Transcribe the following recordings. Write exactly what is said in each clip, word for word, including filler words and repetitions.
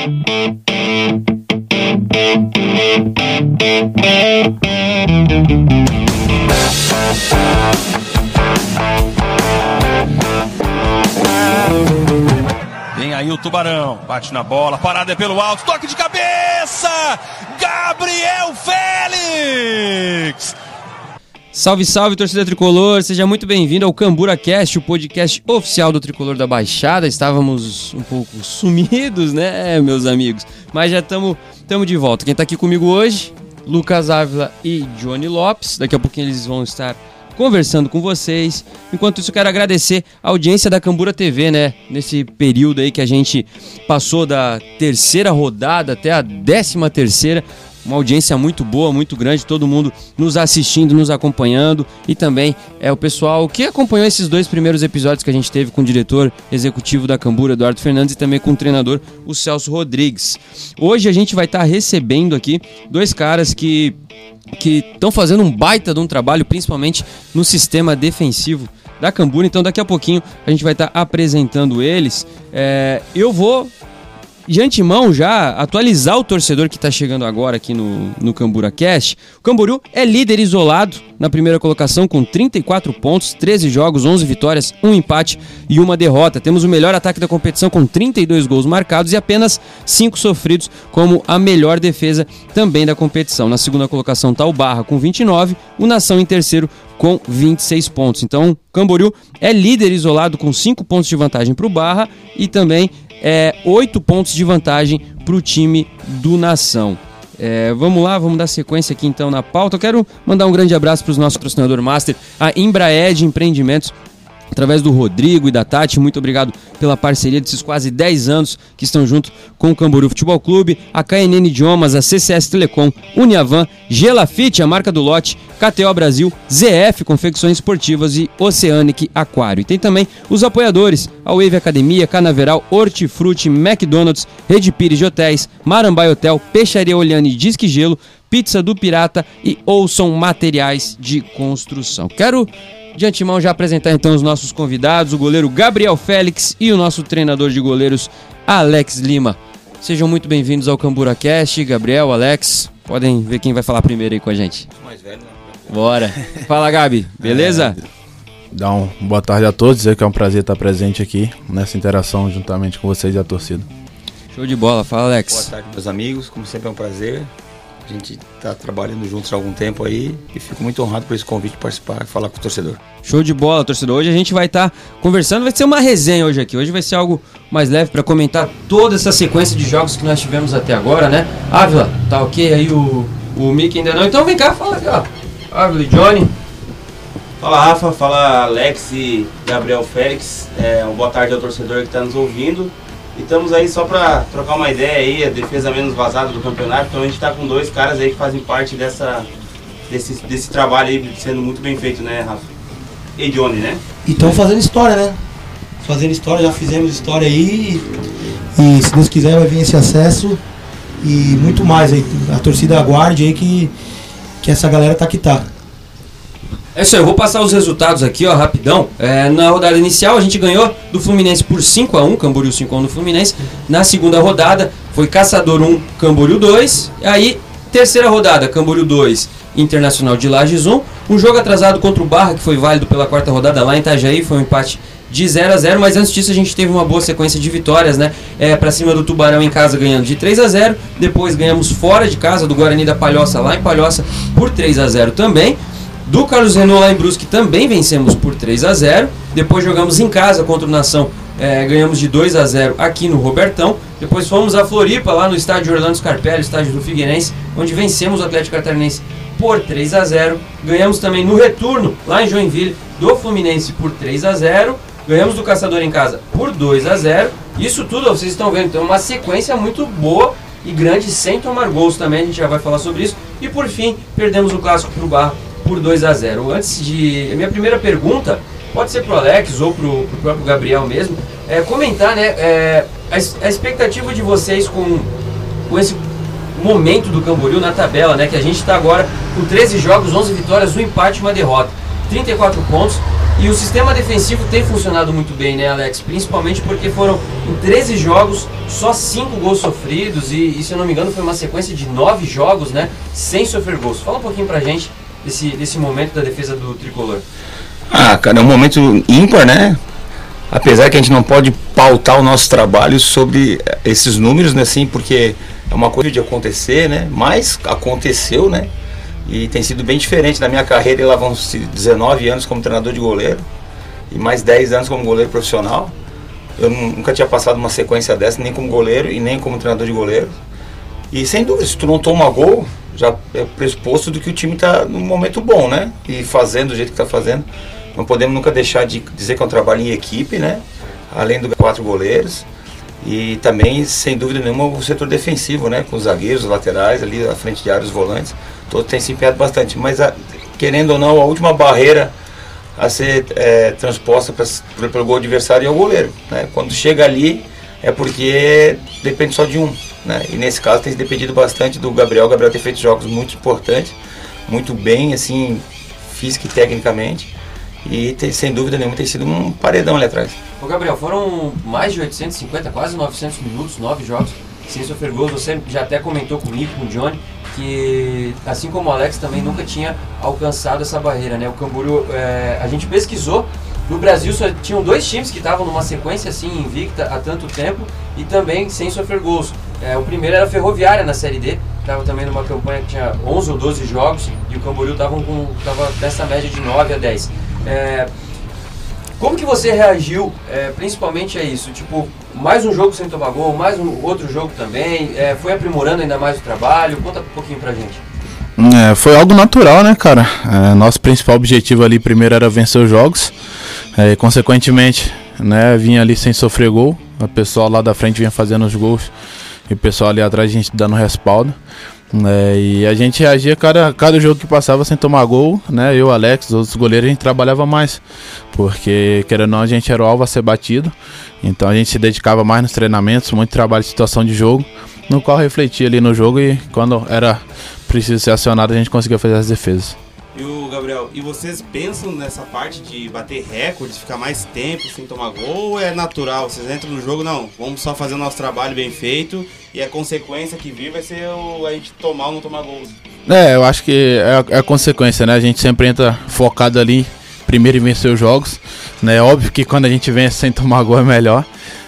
Vem aí o Tubarão, bate na bola, parada é pelo alto, toque de cabeça, Gabriel Félix! Salve, salve, torcida tricolor, seja muito bem-vindo ao CamburaCast, o podcast oficial do Tricolor da Baixada. Estávamos um pouco sumidos, né, meus amigos? Mas já estamos de volta. Quem está aqui comigo hoje, Lucas Ávila e Johnny Lopes. Daqui a pouquinho eles vão estar conversando com vocês. Enquanto isso, eu quero agradecer a audiência da Cambura T V, né? Nesse período aí que a gente passou da terceira rodada até a décima terceira. Uma audiência muito boa, muito grande, todo mundo nos assistindo, nos acompanhando. E também é o pessoal que acompanhou esses dois primeiros episódios que a gente teve com o diretor executivo da Cambura, Eduardo Fernandes, e também com o treinador, o Celso Rodrigues. Hoje a gente vai estar recebendo aqui dois caras que que estão fazendo um baita de um trabalho, principalmente no sistema defensivo da Cambura. Então daqui a pouquinho a gente vai estar apresentando eles. É, eu vou de antemão já atualizar o torcedor que está chegando agora aqui no, no CamburaCast. O Camboriú é líder isolado na primeira colocação com trinta e quatro pontos, treze jogos, onze vitórias, um empate e uma derrota. Temos o melhor ataque da competição com trinta e dois gols marcados e apenas cinco sofridos, como a melhor defesa também da competição. Na segunda colocação está o Barra com vinte e nove, o Nação em terceiro com vinte e seis pontos. Então o Camboriú é líder isolado com cinco pontos de vantagem para o Barra e também É, oito pontos de vantagem para o time do Nação. É, vamos lá, vamos dar sequência aqui então na pauta. Eu quero mandar um grande abraço para os nossos patrocinador master, a Embraed Empreendimentos, através do Rodrigo e da Tati. Muito obrigado pela parceria desses quase dez anos que estão junto com o Camboriú Futebol Clube, a K N N Idiomas, a C C S Telecom, Uniavan, Gelafite, a marca do lote, K T O Brasil, Z F Confecções Esportivas e Oceanic Aquário. E tem também os apoiadores, a Wave Academia, Canaveral, Hortifruti, McDonald's, Rede Pires de Hotéis, Marambai Hotel, Peixaria Oliane Disque Gelo, Pizza do Pirata e Ouçam Materiais de Construção. Quero de antemão já apresentar então os nossos convidados, o goleiro Gabriel Félix e o nosso treinador de goleiros, Alex Lima. Sejam muito bem-vindos ao CamburaCast, Gabriel, Alex. Podem ver quem vai falar primeiro aí com a gente. Mais velho, né? Bora. Fala, Gabi, beleza? É, dá uma boa tarde a todos, dizer que é um prazer estar presente aqui nessa interação juntamente com vocês e a torcida. Show de bola, fala, Alex. Boa tarde, meus amigos, como sempre é um prazer. A gente está trabalhando juntos há algum tempo aí e fico muito honrado por esse convite de participar e falar com o torcedor. Show de bola, torcedor. Hoje a gente vai estar tá conversando, vai ser uma resenha hoje aqui. Hoje vai ser algo mais leve para comentar toda essa sequência de jogos que nós tivemos até agora, né? Ávila, tá ok? Aí o, o Mickey ainda não. Então vem cá, fala aqui, ó. Ávila e Johnny. Fala, Rafa, fala Alex e Gabriel Félix. É, uma boa tarde ao torcedor que está nos ouvindo. E estamos aí só para trocar uma ideia aí, a defesa menos vazada do campeonato. Então a gente está com dois caras aí que fazem parte dessa, desse, desse trabalho aí sendo muito bem feito, né, Rafa? E Johnny, né? E estão fazendo história, né? Fazendo história, já fizemos história aí. E, e se Deus quiser vai vir esse acesso e muito mais aí. A torcida aguarde aí que, que essa galera tá que tá. É isso aí, eu vou passar os resultados aqui, ó, rapidão. É, na rodada inicial a gente ganhou do Fluminense por cinco a um, Camboriú cinco a um no Fluminense. Na segunda rodada foi Caçador um, Camboriú dois. E aí, terceira rodada, Camboriú dois, Internacional de Lages um. Um jogo atrasado contra o Barra, que foi válido pela quarta rodada lá em Itajaí, foi um empate de zero a zero, mas antes disso a gente teve uma boa sequência de vitórias, né? É, pra cima do Tubarão em casa ganhando de três a zero, depois ganhamos fora de casa do Guarani da Palhoça, lá em Palhoça, por três a zero também. Do Carlos Renault lá em Brusque também vencemos por três a zero. Depois jogamos em casa contra o Nação, é, ganhamos de dois a zero aqui no Robertão. Depois fomos a Floripa, lá no estádio Orlando Scarpelli, estádio do Figueirense, onde vencemos o Atlético Catarinense por três a zero. Ganhamos também no retorno, lá em Joinville, do Fluminense por três a zero. Ganhamos do Caçador em casa por dois a zero. Isso tudo vocês estão vendo, então uma sequência muito boa e grande, sem tomar gols também, a gente já vai falar sobre isso. E por fim, perdemos o clássico pro Barra por dois a zero. Antes de... A minha primeira pergunta, pode ser pro Alex ou pro, pro próprio Gabriel mesmo, é comentar, né, é, a, a expectativa de vocês com, com esse momento do Camboriú na tabela, né, que a gente está agora com treze jogos, onze vitórias, um empate e uma derrota. trinta e quatro pontos, E o sistema defensivo tem funcionado muito bem, né, Alex? Principalmente porque foram em treze jogos, só cinco gols sofridos e, e, se eu não me engano, foi uma sequência de nove jogos, né, sem sofrer gols. Fala um pouquinho pra gente desse, desse momento da defesa do Tricolor. Ah, cara, é um momento ímpar, né? Apesar que a gente não pode pautar o nosso trabalho sobre esses números, né, assim, porque é uma coisa de acontecer, né? Mas aconteceu, né? E tem sido bem diferente. Na minha carreira, lá vão dezenove anos como treinador de goleiro e mais dez anos como goleiro profissional. Eu nunca tinha passado uma sequência dessa, nem como goleiro e nem como treinador de goleiro. E sem dúvida, se tu não toma gol, já é pressuposto do que o time está num momento bom, né? E fazendo do jeito que está fazendo. Não podemos nunca deixar de dizer que é um trabalho em equipe, né? Além dos quatro goleiros. E também, sem dúvida nenhuma, o setor defensivo, né? Com os zagueiros, os laterais, ali à frente de área, os volantes. Todos têm se empenhado bastante. Mas, a, querendo ou não, a última barreira a ser é, transposta pra, pelo gol adversário é o goleiro, né? Quando chega ali, é porque depende só de um, né? E nesse caso tem dependido bastante do Gabriel. O Gabriel tem feito jogos muito importantes, muito bem, assim, física e tecnicamente. E tem, sem dúvida nenhuma tem sido um paredão ali atrás. Ô Gabriel, foram mais de oitocentos e cinquenta, quase novecentos minutos, nove jogos sem sofrer gols. Você já até comentou comigo, com o Johnny, que assim como o Alex também nunca tinha alcançado essa barreira, né? O Camboriú, é, a gente pesquisou, no Brasil só tinham dois times que estavam numa sequência assim invicta há tanto tempo e também sem sofrer gols. É, o primeiro era a Ferroviária na Série D, estava também numa campanha que tinha onze ou doze jogos e o Camboriú estava nessa média de nove a dez. É, como que você reagiu, é, principalmente a isso? Tipo, mais um jogo sem tomar gol, mais um outro jogo também, é, foi aprimorando ainda mais o trabalho? Conta um pouquinho pra gente. É, foi algo natural, né, cara? É, nosso principal objetivo ali primeiro era vencer os jogos, é, consequentemente, né, vinha ali sem sofrer gol, o pessoal lá da frente vinha fazendo os gols e o pessoal ali atrás a gente dando respaldo. É, e a gente reagia cada, cada jogo que passava sem tomar gol, né? Eu, Alex, os outros goleiros, a gente trabalhava mais, porque querendo ou não a gente era o alvo a ser batido, então a gente se dedicava mais nos treinamentos, muito trabalho de situação de jogo, no qual refletia ali no jogo e quando era preciso ser acionado a gente conseguia fazer as defesas. E o Gabriel, e vocês pensam nessa parte de bater recordes, ficar mais tempo sem tomar gol, ou é natural? Vocês entram no jogo, não, vamos só fazer o nosso trabalho bem feito e a consequência que vir vai ser o, a gente tomar ou não tomar gols? É, eu acho que é a, é a consequência, né? A gente sempre entra focado ali, primeiro em vencer os jogos, né? Óbvio que quando a gente vence sem tomar gol é melhor,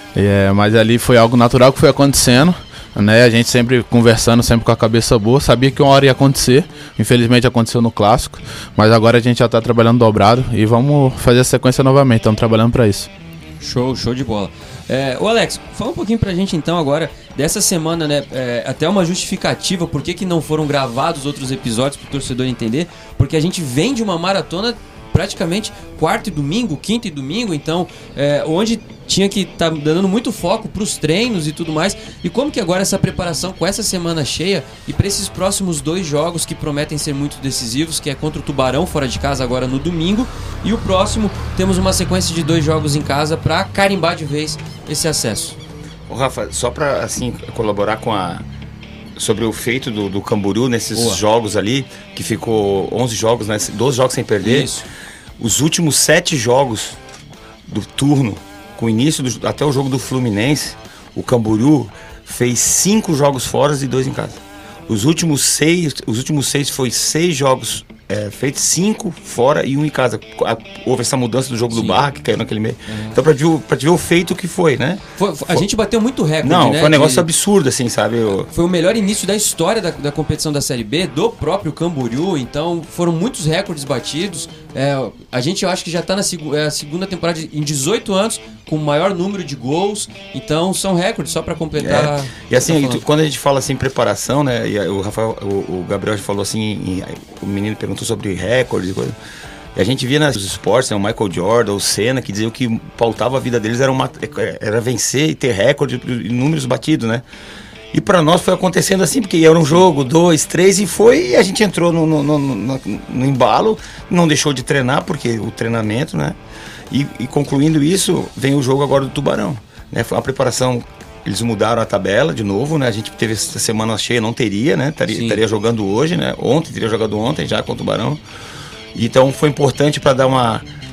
é, mas ali foi algo natural que foi acontecendo. Né, a gente sempre conversando, sempre com a cabeça boa, sabia que uma hora ia acontecer, infelizmente aconteceu no Clássico, mas agora a gente já está trabalhando dobrado e vamos fazer a sequência novamente, estamos trabalhando para isso. Show, show de bola. É, ô Alex, fala um pouquinho pra gente então agora, dessa semana, né, é, até uma justificativa, por que que não foram gravados outros episódios pro torcedor entender, porque a gente vem de uma maratona praticamente quarto e domingo, quinto e domingo, então, é, onde tinha que estar tá dando muito foco para os treinos e tudo mais. E como que agora essa preparação com essa semana cheia e para esses próximos dois jogos que prometem ser muito decisivos, que é contra o Tubarão fora de casa agora no domingo, e o próximo temos uma sequência de dois jogos em casa para carimbar de vez esse acesso. Ô Rafa, só para assim colaborar com a sobre o feito do, do Camboriú nesses Boa. jogos ali, que ficou onze jogos, né, doze jogos sem perder. Isso. Os últimos sete jogos do turno, com o início do, até o jogo do Fluminense, o Camboriú fez cinco jogos fora e dois em casa. Os últimos seis, os últimos seis foi seis jogos é, feitos, cinco fora e um em casa. Houve essa mudança do jogo Sim. do Barra, que caiu naquele meio. Uhum. Então, pra te, pra te ver o feito que foi, né? Foi, foi, a gente bateu muito recorde, Não, né? foi um negócio de... absurdo, assim, sabe? Eu... Foi o melhor início da história da, da competição da Série B, do próprio Camboriú, então foram muitos recordes batidos. É, a gente, eu acho que já está na seg- é a segunda temporada em dezoito anos, com o maior número de gols, então são recordes, só para completar. É. E assim, tá quando a gente fala assim, preparação, né? E o Rafael, o, o Gabriel falou assim, em, o menino perguntou sobre recordes e coisa. E a gente via nos esportes, né, o Michael Jordan, o Senna, que diziam que pautava a vida deles era, uma, era vencer e ter recorde e números batidos, né? E para nós foi acontecendo assim, porque era um jogo, dois, três, e foi, e a gente entrou no, no, no, no, no embalo, não deixou de treinar, porque o treinamento, né? E, e concluindo isso, vem o jogo agora do Tubarão, né? Foi uma preparação, eles mudaram a tabela de novo, né? A gente teve essa semana cheia, não teria, né? Estaria, estaria jogando hoje, né? Ontem, teria jogado ontem já com o Tubarão. Então foi importante para dar uma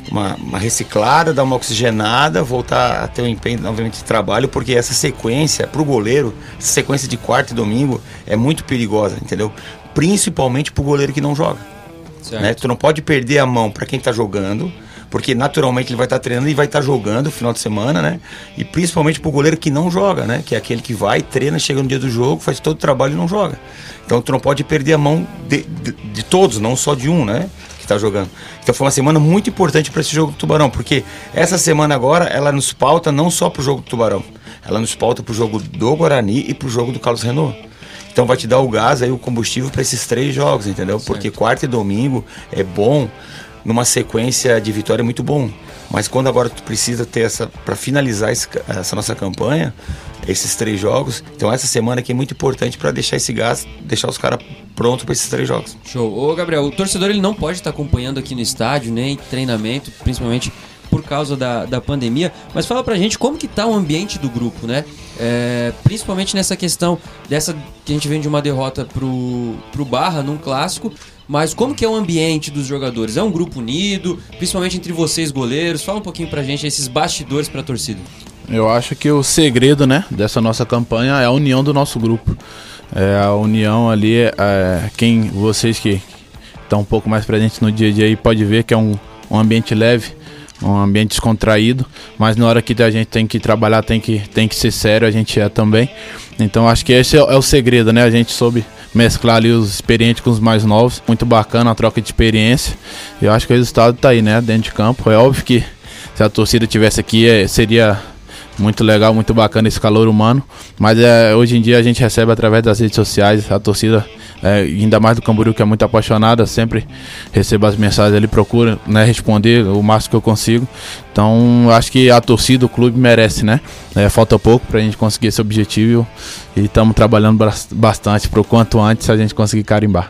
uma, uma reciclada, dar uma oxigenada, voltar a ter um empenho novamente de trabalho, porque essa sequência, para o goleiro, essa sequência de quarta e domingo é muito perigosa, entendeu? Principalmente para o goleiro que não joga. Né? Tu não pode perder a mão para quem está jogando, porque naturalmente ele vai estar tá treinando e vai estar tá jogando no final de semana, né? E principalmente pro goleiro que não joga, né? Que é aquele que vai, treina, chega no dia do jogo, faz todo o trabalho e não joga. Então tu não pode perder a mão de, de, de todos, não só de um, né? Que tá jogando. Então foi uma semana muito importante para esse jogo do Tubarão, porque essa semana agora, ela nos pauta não só pro jogo do Tubarão, ela nos pauta pro jogo do Guarani e pro jogo do Carlos Renault. Então vai te dar o gás aí, o combustível para esses três jogos, entendeu? Certo. Porque quarta e domingo é bom, numa sequência de vitória é muito bom, mas quando agora tu precisa ter essa, para finalizar esse, essa nossa campanha, esses três jogos, então essa semana aqui é muito importante para deixar esse gás, deixar os caras prontos para esses três jogos. Show. Ô Gabriel, o torcedor ele não pode estar acompanhando aqui no estádio, nem treinamento, principalmente por causa da, da pandemia, mas fala pra gente como que tá o ambiente do grupo, né? É, principalmente nessa questão dessa que a gente vem de uma derrota pro, pro Barra num clássico, mas como que é o ambiente dos jogadores? É um grupo unido, principalmente entre vocês goleiros? Fala um pouquinho pra gente esses bastidores pra torcida. Eu acho que o segredo, né, dessa nossa campanha é a união do nosso grupo. É, a união ali, é, quem vocês que estão um pouco mais presentes no dia a dia aí pode ver que é um, um ambiente leve, um ambiente descontraído, mas na hora que a gente tem que trabalhar, tem que, tem que ser sério, a gente é também. Então acho que esse é, é o segredo, né? A gente soube mesclar ali os experientes com os mais novos, muito bacana a troca de experiência. E eu acho que o resultado tá aí, né? Dentro de campo. É óbvio que se a torcida tivesse aqui, é, seria muito legal, muito bacana esse calor humano, mas é, hoje em dia a gente recebe através das redes sociais, a torcida, é, ainda mais do Camboriú, que é muito apaixonada, sempre recebo as mensagens ali, procura, né, responder o máximo que eu consigo. Então acho que a torcida, o clube merece, né? É, falta pouco pra gente conseguir esse objetivo e estamos trabalhando bastante para o quanto antes a gente conseguir carimbar.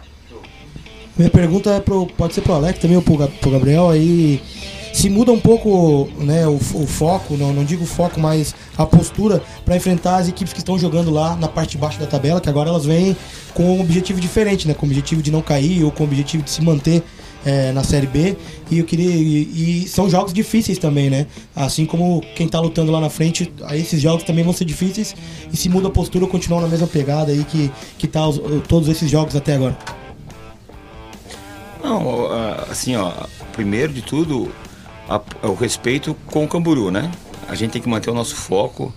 Minha pergunta é pro, pode ser pro Alex também ou pro, pro Gabriel aí. Se muda um pouco, né, o, o foco, não, não digo foco, mas a postura para enfrentar as equipes que estão jogando lá na parte de baixo da tabela, que agora elas vêm com um objetivo diferente, né, com o objetivo de não cair ou com o objetivo de se manter é, na Série B. E eu queria e, e são jogos difíceis também, né? Assim como quem tá lutando lá na frente, esses jogos também vão ser difíceis. E se muda a postura, continuar na mesma pegada aí que que tá os, todos esses jogos até agora. Não, assim, ó, primeiro de tudo, A, o respeito com o Camboriú, né? A gente tem que manter o nosso foco,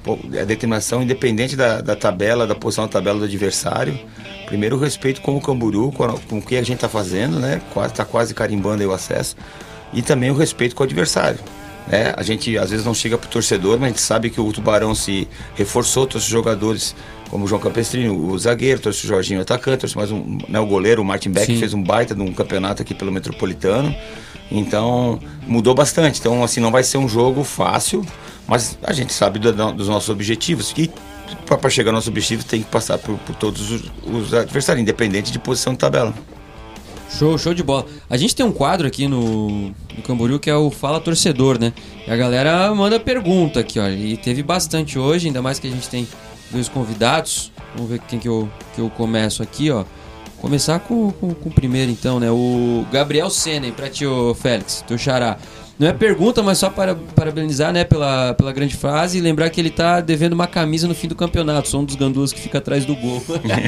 a determinação independente da, da tabela, da posição da tabela do adversário. Primeiro o respeito com o Camboriú, com, com o que a gente está fazendo, né? Está quase carimbando aí o acesso. E também o respeito com o adversário, né? A gente às vezes não chega para o torcedor, mas a gente sabe que o Tubarão se reforçou, trouxe jogadores como o João Campestrinho, o zagueiro, trouxe o Jorginho, o atacante, trouxe mais um, né, o goleiro, o Martin Beck, que fez um baita de um campeonato aqui pelo Metropolitano. Então mudou bastante. Então assim, não vai ser um jogo fácil, mas a gente sabe do, dos nossos objetivos, que para chegar ao nosso objetivo tem que passar por, por todos os, os adversários, independente de posição de tabela. Show, show de bola. A gente tem um quadro aqui no, no Camboriú que é o Fala Torcedor, né? E a galera manda pergunta aqui, olha. E teve bastante hoje, ainda mais que a gente tem dois convidados. Vamos ver quem que eu, que eu começo aqui, ó. Começar com, com, com o primeiro então, né? O Gabriel Senen, pra ti, ô Félix, teu xará. Não é pergunta, mas só para parabenizar, né, pela, pela grande fase e lembrar que ele tá devendo uma camisa no fim do campeonato. Sou um dos gandulas que fica atrás do gol.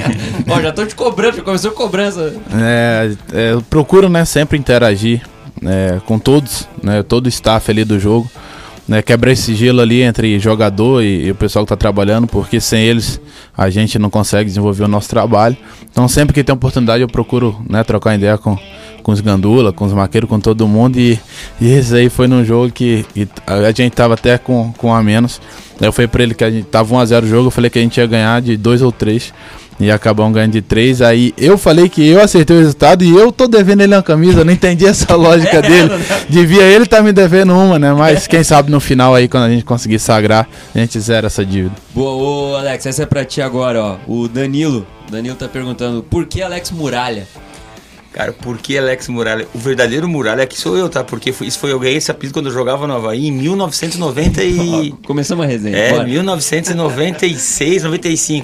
Ó, já tô te cobrando, já começou a cobrança. É, é, eu procuro, né, sempre interagir é, com todos, né, todo o staff ali do jogo. Né, quebrar esse gelo ali entre jogador e, e o pessoal que está trabalhando, porque sem eles a gente não consegue desenvolver o nosso trabalho. Então sempre que tem oportunidade eu procuro, né, trocar ideia com, com os gandula, com os maqueiros, com todo mundo. E, e esse aí foi num jogo que a gente tava até com, com a menos. Eu falei para ele que a gente tava um a zero o jogo, eu falei que a gente ia ganhar de dois ou três. E acabamos ganhando de três. Aí eu falei que eu acertei o resultado e eu tô devendo ele uma camisa. Eu não entendi essa lógica é, dele. Devia ele tá me devendo uma, né? Mas quem sabe no final aí, quando a gente conseguir sagrar, a gente zera essa dívida. Boa, ô Alex, essa é pra ti agora, ó. O Danilo. O Danilo tá perguntando, por que Alex Muralha? Cara, por que Alex Muralha? O verdadeiro Muralha aqui sou eu, tá? Porque foi, isso foi, eu ganhei esse apelido quando eu jogava no Avaí em mil novecentos e noventa e... Começamos a resenha. É, bora. mil novecentos e noventa e seis, noventa e cinco.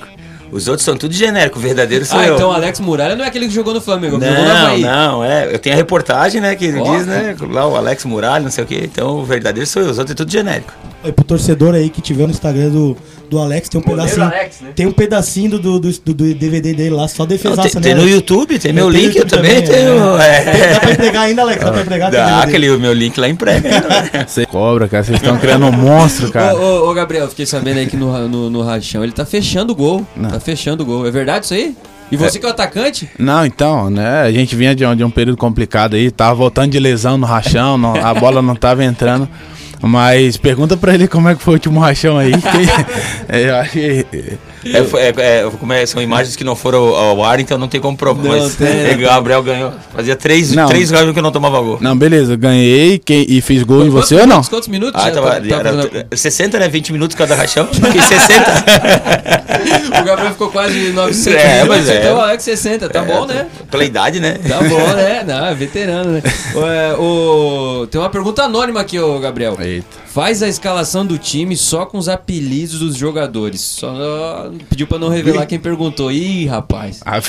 Os outros são tudo genérico, o verdadeiro sou ah, eu. então o Alex Muralha não é aquele que jogou no Flamengo, não, que jogou no Avaí. Não, é. Eu tenho a reportagem, né, que oh. diz, né, lá o Alex Muralha, não sei o quê. Então o verdadeiro sou eu, os outros é tudo genérico. E pro torcedor aí que tiver no Instagram do, do Alex, tem um Goleiro pedacinho. Alex, né? Tem um pedacinho do, do, do, do D V D dele lá, só defesaça, Não, tem, né? tem no YouTube, tem Eu meu tenho link, eu YouTube também, também, tenho. é. É. Tem- Dá pra entregar ainda, Alex? Dá pra entregar? Tem Dá, D V D. aquele meu link lá emprega. Né? Você cobra, cara. Vocês estão criando um monstro, cara. Ô, ô, ô, Gabriel, fiquei sabendo aí que no, no, no rachão ele tá fechando o gol. Não. Tá fechando o gol. É verdade isso aí? E você que é o atacante? Não, então, né? A gente vinha de um, de um período complicado aí. Tava voltando de lesão no rachão, não- a bola não tava entrando. Mas pergunta pra ele como é que foi o último rachão aí. Que, é, eu acho que. É, foi- é, é, como é, são imagens que não foram ao ar, então não tem como provar. Não Mas tem. o Gabriel ganhou. Fazia três, Não. três jogos que eu não tomava gol. Não, beleza, ganhei quem, e fiz gol em Quantos você ou não? minutos, Quantos minutos? Ah, já tava, tá- tá era, fazendo sessenta, né? vinte minutos cada rachão. Fiquei sessenta. a- O Gabriel ficou quase novecentos É, minutos, mas é. então o Alex sessenta. Tá É, bom, né? Pela idade, né? Tá bom, né? Não, é veterano, né? É, o... Tem uma pergunta anônima aqui, ô Gabriel. Eita. Faz a escalação do time só com os apelidos dos jogadores. Só pediu pra não revelar quem perguntou. Ih, rapaz. Ah,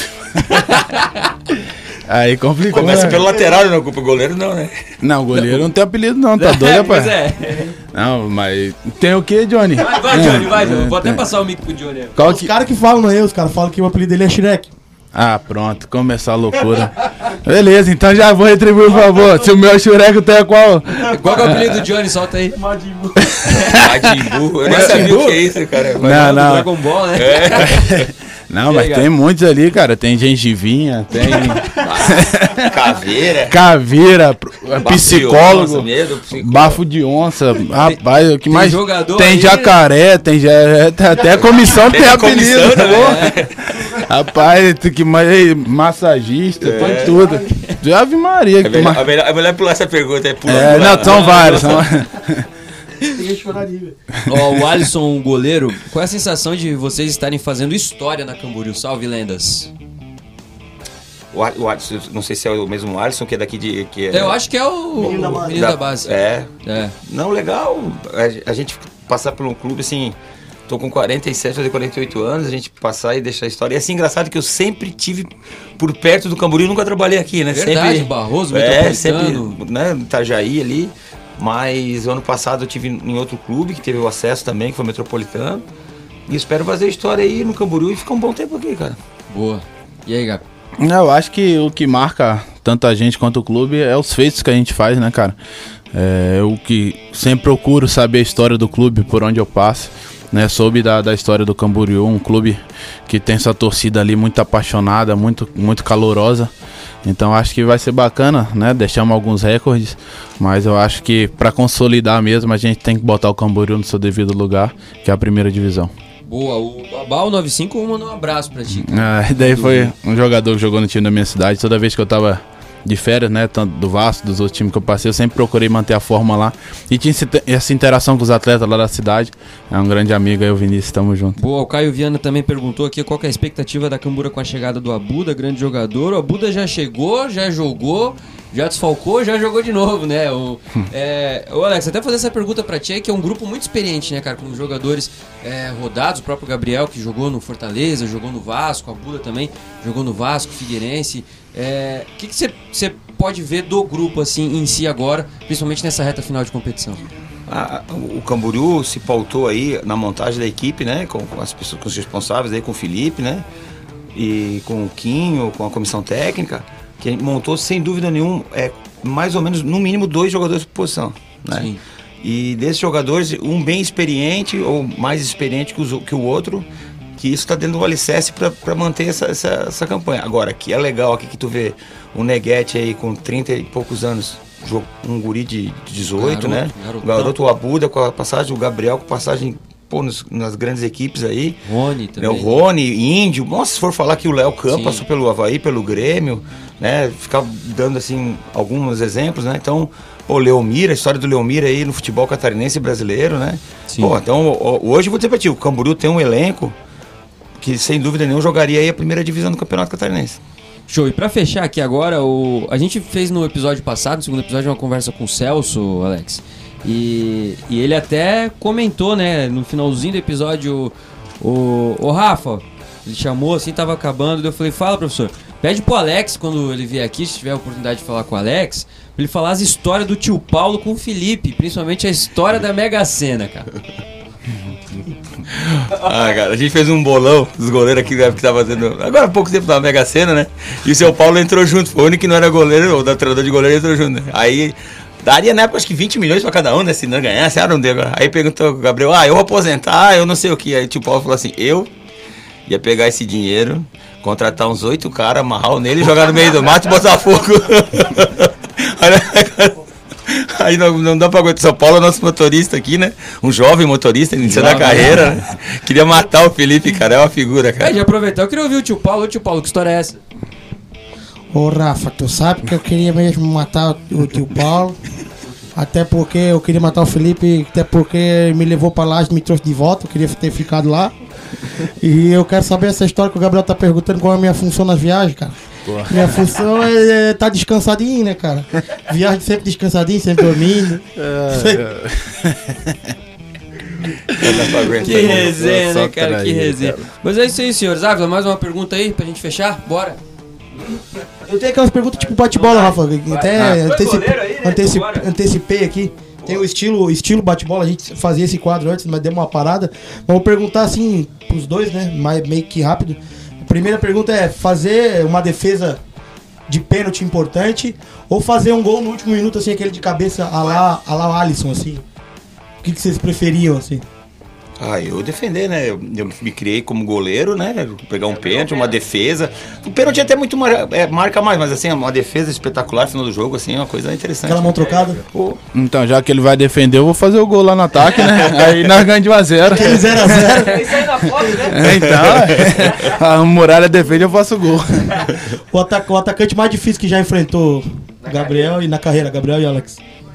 Aí complicou. Começa né? pelo lateral, não ocupa o goleiro, não, né? Não, goleiro não tem apelido, não, tá doido, É, rapaz? pois é. Não, mas tem o que, Johnny? Vai, vai, Johnny, vai, Johnny. Vou até tem. passar o mic pro Johnny. Qual Os que... caras que falam, não é eu, os caras falam que o apelido dele é Shrek. Ah, pronto, começar a loucura. Beleza, então já vou retribuir o favor. Se o meu xureco tem qual? Qual que é o apelido do Johnny? Solta aí. Majimbu. Majimbu. Eu nem sabia o que é isso, cara. Não, Do não. Dragon Ball, né? Não, E mas aí, tem cara? muitos ali, cara. Tem gengivinha, tem Caveira. caveira, pr- Bafo psicólogo, de onça, medo, psicólogo. bafo de onça. Rapaz, o que tem mais? jogador Tem aí, jacaré, tem ja- até a comissão tem, Tem a apelido. comissão, tá né? bom? Rapaz, tem que mais massagista, É. põe tudo. Ave Maria, É que melhor, ma- é, melhor, é melhor pular essa pergunta. É, pula, É, pula. não, são vários. São... Peguei choraria, velho. Ó, o Alisson, um goleiro. Qual é a sensação de vocês estarem fazendo história na Camboriú? Salve, lendas. O, Al- o Alisson, não sei se é o mesmo Alisson que é daqui de. Que é, Eu acho que é o Menino da o base. menino da base. É. É. Não, legal. A, a gente passar por um clube assim. Tô com quarenta e sete, fazer quarenta e oito anos, a gente passar e deixar a história. E assim, engraçado que eu sempre tive por perto do Camboriú, nunca trabalhei aqui, né? Verdade, sempre, Barroso, é, Metropolitano. sempre, né, Itajaí ali. Mas o ano passado eu tive em outro clube, que teve o acesso também, que foi o Metropolitano. E espero fazer história aí no Camboriú e ficar um bom tempo aqui, cara. Boa. E aí, Gabi? Eu acho que o que marca tanto a gente quanto o clube é os feitos que a gente faz, né, cara? É o que sempre procuro saber a história do clube por onde eu passo, né? Soube da, da história do Camboriú, um clube que tem sua torcida ali muito apaixonada, muito, muito calorosa. Então acho que vai ser bacana, né? Deixamos alguns recordes, mas eu acho que para consolidar mesmo a gente tem que botar o Camboriú no seu devido lugar, que é a primeira divisão. Boa. O Babal noventa e cinco mandou um abraço pra ti. Ah, e daí foi um jogador que jogou no time da minha cidade. Toda vez que eu tava de férias, né, tanto do Vasco, dos outros times que eu passei, eu sempre procurei manter a forma lá. E tinha esse- essa interação com os atletas lá da cidade. É um grande amigo aí, o Vinícius, tamo junto. Boa, o Caio Viana também perguntou aqui qual que é a expectativa da Cambura com a chegada do Abuda, grande jogador. O Abuda já chegou, já jogou, já desfalcou, já jogou de novo, né? O, é, ô Alex, até fazer essa pergunta pra ti aí, que é um grupo muito experiente, né, cara? Com jogadores é, rodados, o próprio Gabriel, que jogou no Fortaleza, jogou no Vasco, o Abuda também jogou no Vasco, Figueirense. É, o que que você pode ver do grupo, assim, em si agora, principalmente nessa reta final de competição? Ah, o Camboriú se pautou aí na montagem da equipe, né? Com, com as pessoas, com os responsáveis aí, com o Felipe, né? E com o Quinho, com a comissão técnica, que a gente montou sem dúvida nenhuma, é, mais ou menos, no mínimo, dois jogadores por posição, né? Sim. E desses jogadores, um bem experiente ou mais experiente que, os, que o outro, que isso está dando um alicerce para manter essa, essa, essa campanha. Agora, que é legal aqui que tu vê o Neguete aí com trinta e poucos anos, um guri de dezoito, Garoto, né? garotão. O garoto, o Abuda com a passagem, o Gabriel com passagem pô, nos, nas grandes equipes aí. Rony Né, também. o Rony, Índio. Nossa, se for falar que o Léo Campos Sim. passou pelo Avaí, pelo Grêmio, né? Ficar dando assim alguns exemplos, né? Então, o Leomir, a história do Leomir aí no futebol catarinense e brasileiro, né? Sim. Pô, então, o- hoje eu vou dizer pra ti, o Camboriú tem um elenco que sem dúvida nenhuma jogaria aí a primeira divisão do Campeonato Catarinense. Show, e pra fechar aqui agora, o... a gente fez no episódio passado, no segundo episódio, uma conversa com o Celso, Alex, e, e ele até comentou, né, no finalzinho do episódio, o, o Rafa, Ele chamou assim, tava acabando, daí eu falei, fala, professor, pede pro Alex, quando ele vier aqui, se tiver a oportunidade de falar com o Alex, pra ele falar as histórias do tio Paulo com o Felipe, principalmente a história da Mega Sena, cara. Ah, cara, a gente fez um bolão dos goleiros aqui que tava fazendo agora há pouco tempo na Mega Sena, né? E o seu Paulo entrou junto, foi o único que não era goleiro, ou da treinador de goleiro entrou junto, né? Aí daria na época acho que vinte milhões pra cada um, né? Se não ganhasse, ah, não deu. Aí perguntou o Gabriel, ah, eu vou aposentar, eu não sei o que. Aí o tio Paulo falou assim, eu ia pegar esse dinheiro, contratar uns oito caras, amarrar nele, jogar no meio do mato e botar fogo. Aí não, não dá pra aguentar. São Paulo é nosso motorista aqui, né? Um jovem motorista, iniciando a carreira, né? Queria matar o Felipe, cara, é uma figura, cara. É, de aproveitar, eu queria ouvir o tio Paulo. Ô tio Paulo, que história é essa? Ô Rafa, tu sabe que eu queria mesmo matar o tio Paulo. Até porque eu queria matar o Felipe, até porque ele me levou pra lá e me trouxe de volta, eu queria ter ficado lá. E eu quero saber essa história que o Gabriel tá perguntando, qual é a minha função nas viagens, cara. Porra. Minha função é, é tá descansadinho, né, cara? Viagem sempre descansadinho, sempre dormindo. É, é. Que resenha, né, cara? Que resenha. Mas é isso aí, senhores. Ávila, mais uma pergunta aí pra gente fechar? Bora. Eu tenho aquelas perguntas tipo bate-bola, Rafa. Até ah, antecip... aí, né? antecip... antecipei aqui. Tem o estilo, estilo bate-bola, a gente fazia esse quadro antes, mas deu uma parada. Vamos perguntar assim pros dois, né? Meio que rápido. A primeira pergunta é fazer uma defesa de pênalti importante ou fazer um gol no último minuto, assim, aquele de cabeça a lá, a lá Alisson, assim. O que, que vocês preferiam, assim? Ah, eu defender, né? Eu, eu me criei como goleiro, né? Pegar um pênalti, uma defesa. O pênalti até muito mar, é, marca mais, mas assim, uma defesa espetacular no final do jogo, assim, é uma coisa interessante. Aquela mão trocada? Pô. Então, já que ele vai defender, eu vou fazer o gol lá no ataque, né? Aí nós ganhamos de um a zero. Aquele zero a zero. Isso aí na foto, né? Então, a muralha defende, eu faço o gol. O, atac, o atacante mais difícil que já enfrentou o Gabriel e na carreira, Gabriel e Alex.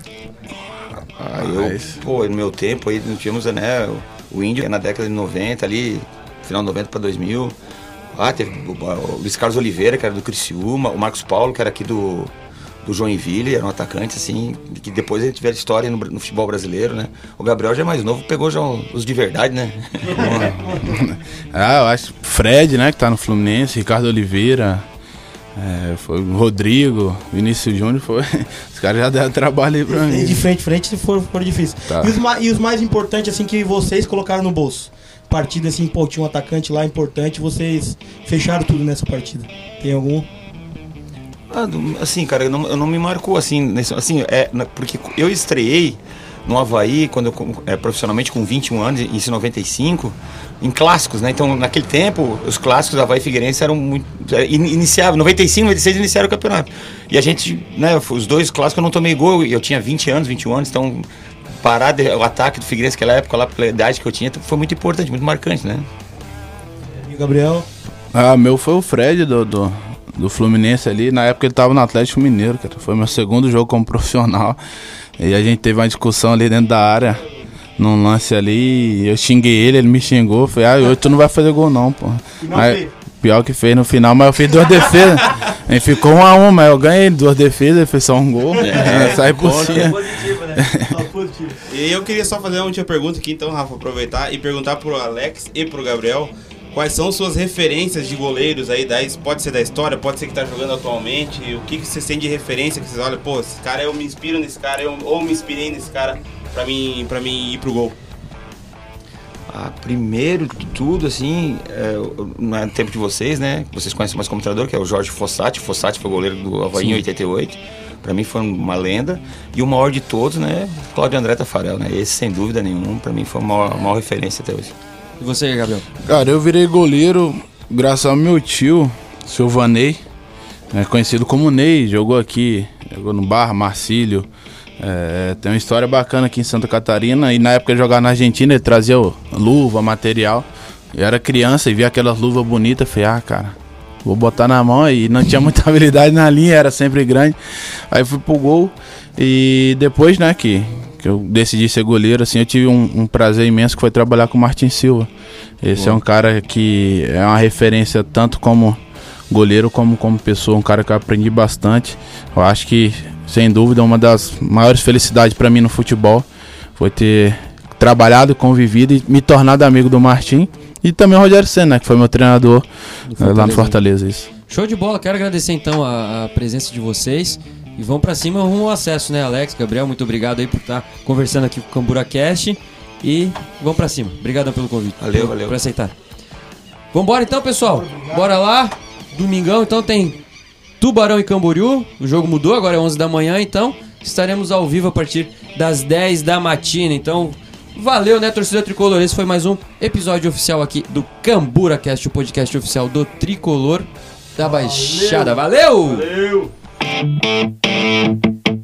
Ah, eu, pô, no meu tempo aí, nós tínhamos, né? O Índio na década de noventa, ali, final de noventa para dois mil. Ah, teve o, o Luiz Carlos Oliveira, que era do Criciúma, o Marcos Paulo, que era aqui do, do Joinville, era um atacante, assim, que depois a gente tiver história no, no futebol brasileiro, né? O Gabriel já é mais novo, pegou já os de verdade, né? Ah, eu acho Fred, né, que tá no Fluminense, Ricardo Oliveira, é, foi o Rodrigo, Vinícius Júnior, foi. Os caras já deram trabalho aí pra mim. De frente, frente, se for, for difícil. Tá. E, os, e os mais importantes, assim, que vocês colocaram no bolso? Partida, assim, pô, tinha um atacante lá importante, vocês fecharam tudo nessa partida. Tem algum? Ah, assim, cara, eu não, eu não me marcou, assim, nesse, assim, é, porque eu estreiei no Avaí, quando eu, é, profissionalmente com vinte e um anos, em noventa e cinco, em clássicos, né? Então, naquele tempo, os clássicos do Avaí e Figueirense eram muito... Iniciavam, noventa e cinco, noventa e seis iniciaram o campeonato. E a gente, né, os dois clássicos eu não tomei gol, eu tinha vinte anos, vinte e um anos, então parar de, o ataque do Figueirense naquela época, lá pela idade que eu tinha, foi muito importante, muito marcante, né? E o Gabriel? Ah, meu foi o Fred do, do, do Fluminense ali, na época ele tava no Atlético Mineiro, cara. Foi meu segundo jogo como profissional. E a gente teve uma discussão ali dentro da área, num lance ali, eu xinguei ele, ele me xingou, falei, ah, hoje tu não vai fazer gol não, pô. Aí, pior que fez no final, mas eu fiz duas defesas, a gente ficou um a um, mas eu ganhei duas defesas, ele fez só um gol, é, é, sai por cima. Positivo, né? E eu queria só fazer uma última pergunta aqui, então, Rafa, aproveitar e perguntar pro Alex e pro Gabriel, quais são suas referências de goleiros aí, da, pode ser da história, pode ser que tá jogando atualmente, o que, que vocês têm de referência, que vocês olham, pô, esse cara, eu me inspiro nesse cara, eu, ou me inspirei nesse cara pra mim, pra mim ir pro gol? Ah, primeiro de tudo, assim, é, no tempo de vocês, né, vocês conhecem mais como treinador, que é o Jorge Fossati. Fossati foi goleiro do Avaí em oitenta e oito, pra mim foi uma lenda, e o maior de todos, né, Cláudio André Tafarel, né, esse sem dúvida nenhuma, pra mim foi a maior, a maior referência até hoje. E você, Gabriel? Cara, eu virei goleiro graças ao meu tio, seu Vanei, né, conhecido como Ney, jogou aqui, jogou no Barra, Marcílio. É, tem uma história bacana aqui em Santa Catarina, e na época de jogar na Argentina ele trazia luva, material. Eu era criança e via aquelas luvas bonitas, falei, ah, cara, vou botar na mão, e não tinha muita habilidade na linha, era sempre grande. Aí fui pro gol, e depois, né, que... que eu decidi ser goleiro, assim, eu tive um, um prazer imenso que foi trabalhar com o Martin Silva. Esse Boa. é um cara que é uma referência tanto como goleiro como como pessoa, um cara que eu aprendi bastante. Eu acho que, sem dúvida, uma das maiores felicidades para mim no futebol foi ter trabalhado, convivido e me tornado amigo do Martin. E também o Rogério Senna, né, que foi meu treinador Fortaleza. lá no Fortaleza. Isso. Show de bola, quero agradecer então a, a presença de vocês. E vamos pra cima, rumo ao acesso, né, Alex, Gabriel, muito obrigado aí por estar conversando aqui com o Cambura Cast. E vamos pra cima. Obrigadão pelo convite. Valeu, por, valeu. Por aceitar. Vambora então, pessoal. Bora lá. Domingão, então tem Tubarão e Camboriú. O jogo mudou, agora é onze da manhã, então estaremos ao vivo a partir das dez da matina. Então, valeu, né, torcida tricolor. Esse foi mais um episódio oficial aqui do Cambura Cast, o podcast oficial do Tricolor da Baixada. Valeu! Valeu!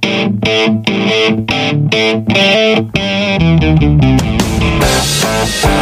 We'll be right back.